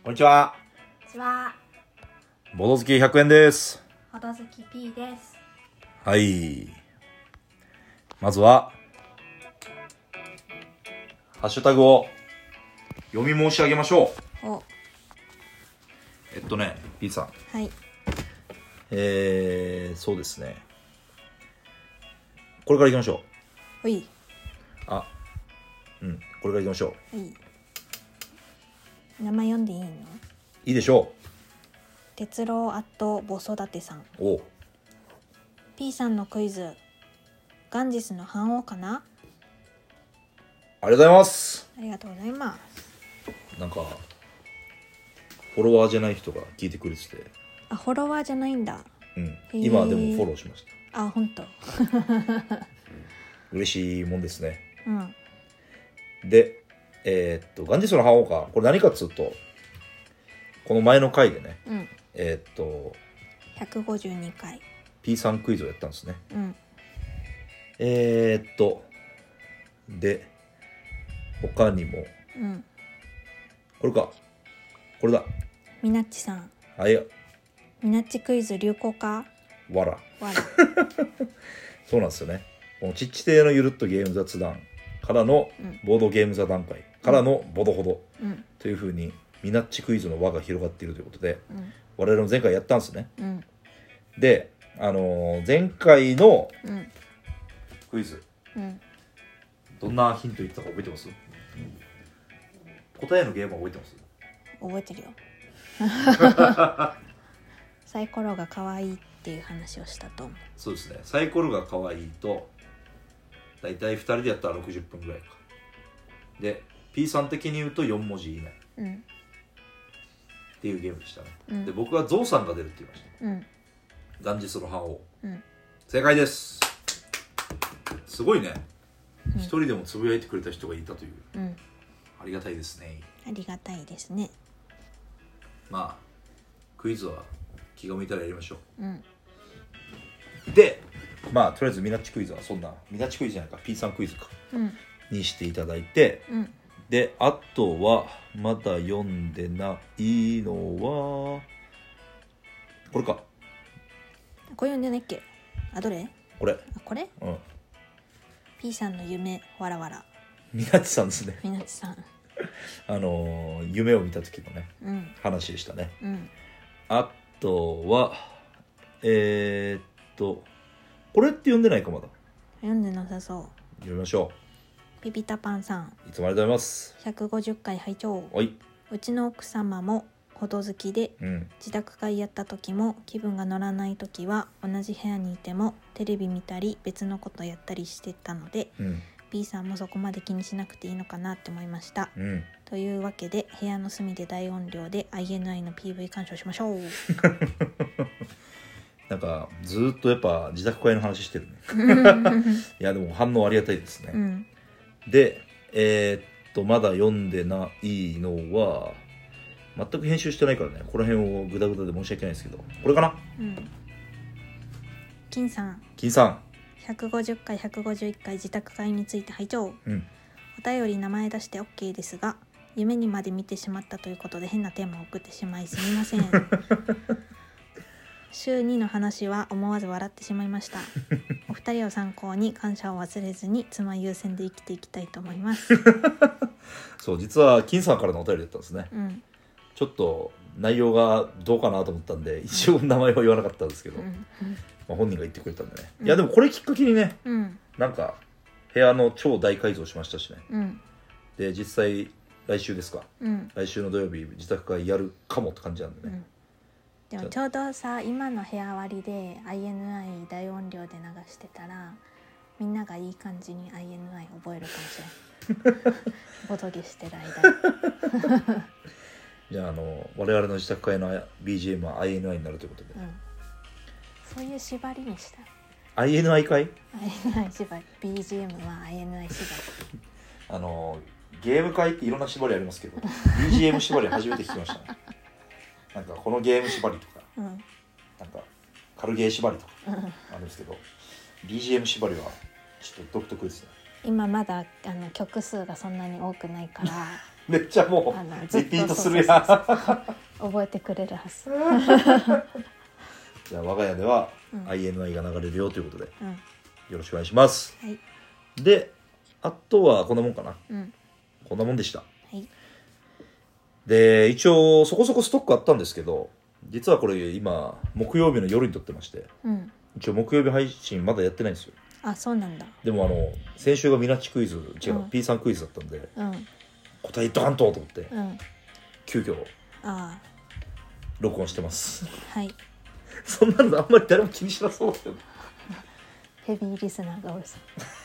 こんにちは。 こんにちは。 ボド好き100円です。 ほどずき P です。 はい。まずは、ハッシュタグを読み申し上げましょう。 お、 P さん。 はい。 そうですね。これから行きましょおい。 う。これから行きましょう。 はい。名前読んでいいの？ いいでしょ哲郎子育てさん。 う。おう。 P さんのクイズ。ガンジスの反応かな？ ありがとうございます。 ありがとうございます。 なんか、フォロワーじゃない人が聞いてくれてて。 あ、フォロワーじゃないんだ。 今でもフォローしました。 あ、ほんと。 嬉しいもんですね。 うん。 で、ガンジスの反応か。これ何かっつうと、この前の回でね、 うん。152回。 P さんクイズをやったんですね。 うん。 で、他にも、 うん。 これか。これだ。 みなっちさん。 あ、いや、 みなっちクイズ流行か？ わら。 わら。 そうなんですよね。このちっち亭のゆるっとゲーム雑談からのボードゲーム座談会からのボドほどというふうにミナッチクイズの輪が広がっているということで、我々も前回やったんですね。で、前回のクイズ、どんなヒント言ってたか覚えてます？答えのゲームは覚えてます？ 覚えてるよ。サイコロが可愛いっていう話をしたと思う。 そうですね。サイコロが可愛いとだいたい2人でやったら60分ぐらいか。で P さん的に言うと4文字以内っていうゲームでしたね。で僕はゾウさんが出るって言いました。ガンジスの覇王、正解です。すごいね。一人でもつぶやいてくれた人がいたという、ありがたいですね。 ありがたいですね。 まあクイズは気が向いたらやりましょう。で、まあとりあえずミナッチクイズはそんなミナッチクイズじゃないか P さんクイズか、にしていただいて、であとはまだ読んでないのはこれか。 これ読んでないっけ？あ、どれ？ これ。 あ、これ？P さんの夢わらわら。 ミナッチさんですね。 みなっちさん。 夢を見た時のね、話でしたね。あとはこれって読んでないかまだ。 読んでなさそう。 読みましょピピタパンさん。 う。いつもありがとうございます。 150回拝聴。 はい。 うちの奥様もほど好きで、自宅会やった時も気分が乗らない時は同じ部屋にいてもテレビ見たり別のことやったりしてたので、B さんもそこまで気にしなくていいのかなって思いました。というわけで部屋の隅で大音量で INI の PV 鑑賞しましょう。 なんかずっとやっぱ自宅会の話してるね。いやでも反応ありがたいですね。でまだ読んでないのは全く編集してないからね、この辺をグダグダで申し訳ないですけど、これかな。 金さん。 金さん。 150回151回自宅会について拝聴。お便り名前出して OK ですが、夢にまで見てしまったということで変なテーマを送ってしまいすみません。週2の話は思わず笑ってしまいました。お二人を参考に感謝を忘れずに妻優先で生きていきたいと思います。 そう、実は金さんからのお便りだったんですね。ちょっと内容がどうかなと思ったんで一応名前は言わなかったんですけど、まあ、本人が言ってくれたんでね、いやでもこれきっかけにね、なんか部屋の超大改造しましたしね、で実際来週ですか、来週の土曜日自宅会やるかもって感じなんでね、 でもちょうどさ、今の部屋割りで INI 大音量で流してたらみんながいい感じに INI 覚えるかもしれない。ボトゲしてる間に。 じゃあ我々の自宅会の BGM は INI になるということで、 そういう縛りにした。 INI 会 INI 縛り、 BGM は INI 縛り。ゲーム会っていろんな縛りありますけどBGM 縛り初めて聞きましたね。なんかこのゲーム縛りとか、なんか軽ゲー縛りとかあるんですけど、BGM 縛りはちょっと独特ですね。 今まだ曲数がそんなに多くないからめっちゃもうリピートするやん。 覚えてくれるはず。 じゃあ我が家では INI が流れるよということで、 うん、 よろしくお願いします。 はい。 であとはこんなもんかな、 うん、 こんなもんでした。 はい。 で一応そこそこストックあったんですけど、実はこれ今木曜日の夜に撮ってまして、 うん、 一応木曜日配信まだやってないんですよ。 あ、そうなんだ。 でも先週がミナッチクイズ違う、 うん、 P さんクイズだったんで、 うん、 答えドカンと思って、 うん、 急遽あ録音してます。 はい。 そんなのあんまり誰も気にしなそうだよね。 ヘビーリスナーが多いさ。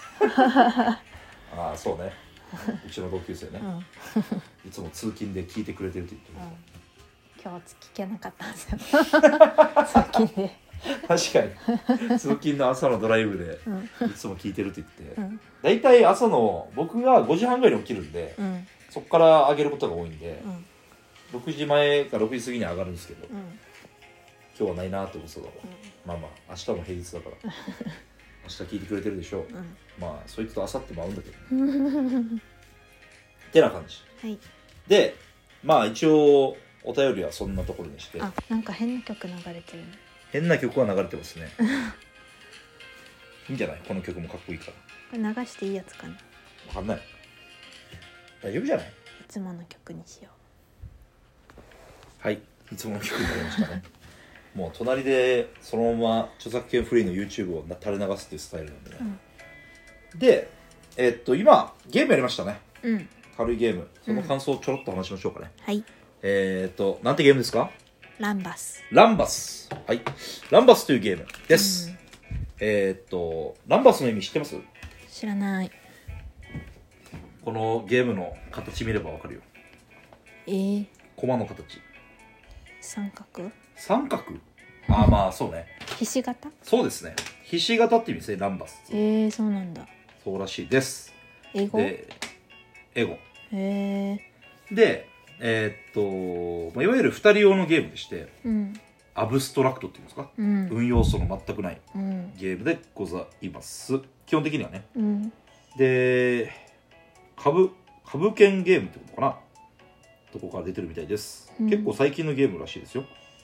ああそうね、うちの同級生ね、 うん、 いつも通勤で聞いてくれてるって言ってる、 今日聞けなかったんですよ。通勤で。 確かに通勤の朝のドライブでいつも聞いてるって言って、 うん、 だいたい朝の僕が5時半ぐらいに起きるんで、 うん、 そこから上げることが多いんで、 うん、 6時前か6時過ぎに上がるんですけど、 うん、 今日はないなってことだわ、まあまあ明日も平日だから明日聞いてくれてるでしょう、まあそいつと明後日も会うんだけどねってな感じ、 はい、 でまあ一応お便りはそんなところにして、 あ、なんか変な曲流れてるね。 変な曲は流れてますねいいんじゃない、この曲もかっこいいから。 これ流していいやつかな。 分かんない、大丈夫じゃない。いつもの曲にしよはい、いつもの曲になりましたねもう隣でそのまま著作権フリーの YouTube を垂れ流すっていうスタイルなんでね、で今ゲームやりましたね、軽いゲーム、その感想をちょろっと話しましょうかね、 はい。 なんてゲームですか。 ランバス。 ランバス、はい、ランバスというゲームです、ランバスの意味知ってます。 知らない。 このゲームの形見ればわかるよ。駒の形、 三角。 三角、ああまあそうね、 ひし形。 そうですね、ひし形って意味ですね、ランバス。 そうなんだ。 そうらしいです。 英語。 で英語でいわゆる2人用のゲームでして、アブストラクトっていうんですか、運要素の全くないゲームでございます、基本的にはね、で株券ゲームってことかな、どこから出てるみたいです、結構最近のゲームらしいですよ。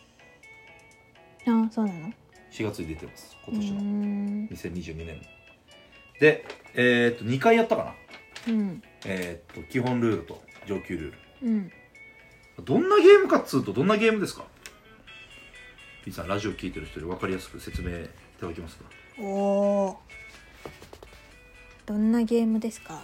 あ、そうなの。 4月に出てます、今年の2022年で2回やったかな、基本ルールと上級ルール、どんなゲームかっつうと、どんなゲームですか。Pさん、ラジオ聞いてる人に分かりやすく説明いただけますか。 どんなゲームですか。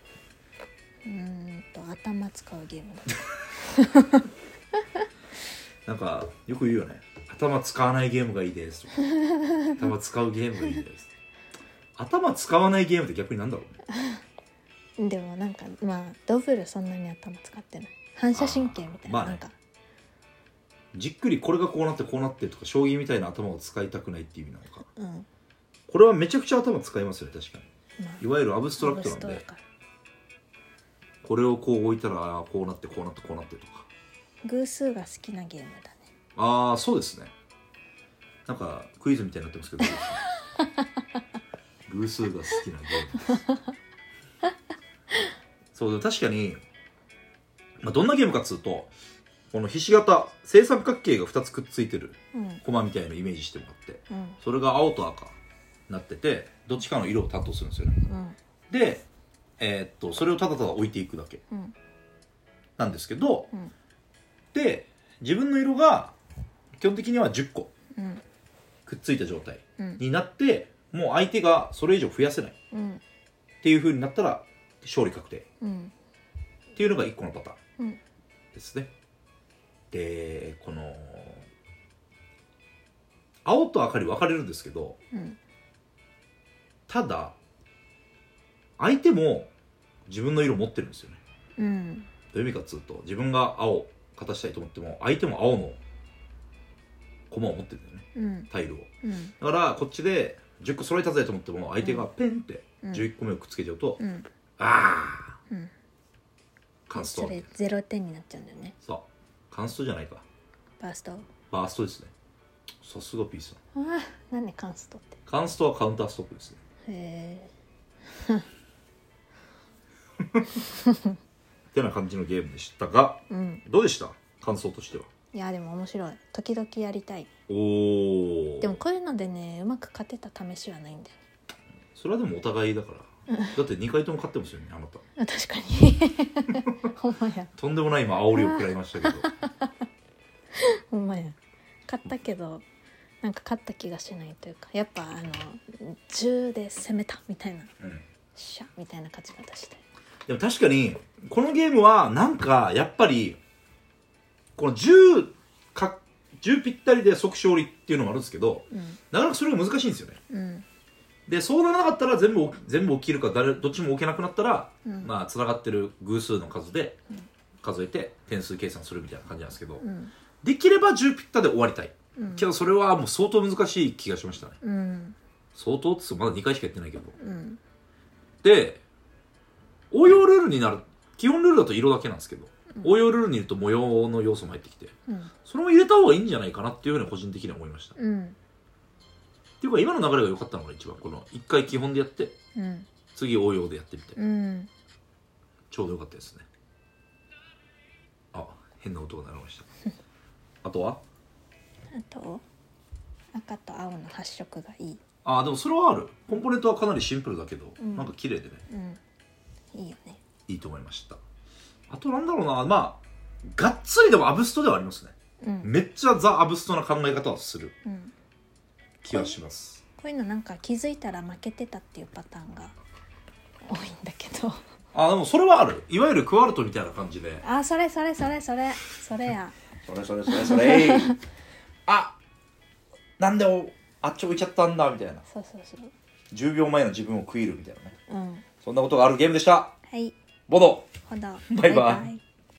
頭使うゲームだなんかよく言うよね、頭使わないゲームがいいですとか頭使うゲームがいいです。頭使わないゲームって逆になんだろうね。 でもなんかまあドブルそんなに頭使ってない、反射神経みたいな、 まあね、なんかじっくりこれがこうなってこうなってとか、将棋みたいな頭を使いたくないっていう意味なのか、これはめちゃくちゃ頭使いますよね、確かに、いわゆるアブストラクトなんで、これをこう置いたらこうなってこうなってこうなってとか、 偶数が好きなゲームだね。 ああそうですね、なんかクイズみたいになってますけど偶数が好きなゲームそう確かに、どんなゲームかっつうと、このひし形正三角形が2つくっついてるコマみたいなのをイメージしてもらって、それが青と赤になってて、どっちかの色を担当するんですよね、で、それをただただ置いていくだけなんですけど、で自分の色が基本的には10個くっついた状態になって、もう相手がそれ以上増やせないっていう風になったら勝利確定っていうのが1個のパターンですね。でこの青と赤に分かれるんですけど、ただ相手も自分の色持ってるんですよね、どういう意味かっつうと、自分が青勝たしたいと思っても相手も青の駒を持ってるんだよね、タイルを、だからこっちで10個揃えたぜと思っても相手がペンって11個目をくっつけちゃうと、カンスト、 それ0点になっちゃうんだよね。 そう、カンストじゃないか、 バーストですね。さすが P さん。 なんでカンストって。 カンストはカウンターストップですね。 ってな感じのゲームでしたが、どうでした感想としては。 いやでも面白い、時々やりたい。 おお。 でもこういうのでねうまく勝てた試しはないんだよね。 それはでもお互いだからだって2回とも勝ってますよねあなた。 確かにほんまやとんでもない今煽りを食らいましたけどほんまや、勝ったけどなんか勝った気がしないというか、やっぱ10で攻めたみたいな、シャみたいな勝ち方して。 でも確かにこのゲームはなんかやっぱりこの10ぴったりで即勝利っていうのもあるんですけど、なかなかそれが難しいんですよね。でそうならなかったら全部起きるかどっちも起きなくなったら、まあつながってる偶数の数で数えて点数計算するみたいな感じなんですけど、できれば10ぴったで終わりたい、けどそれはもう相当難しい気がしましたね。相当ってまだ2回しかやってないけど、で応用ルールになる、基本ルールだと色だけなんですけど、応用ルールにいると模様の要素も入ってきて、それも入れた方がいいんじゃないかなっていうふうに個人的には思いました。っていうか今の流れが良かったのが一番この1回基本でやって、次応用でやってみて、ちょうど良かったですね。あ、変な音が鳴りましたあとは赤と青の発色がいい。 でもそれはある。コンポーネントはかなりシンプルだけど、なんか綺麗でね、 いいよね。 いいと思いました。あとなんだろうな、まあがっつりでもアブストではありますね、めっちゃザ・アブストな考え方はする気はします。 こういうのなんか気づいたら負けてたっていうパターンが多いんだけどでもそれはある。いわゆるクワルトみたいな感じで、 それやそれなんであっち置いちゃったんだみたいな、 そう 10秒前の自分を食いるみたいなね、そんなことがあるゲームでした。 はい、 ボドほどバイバイ。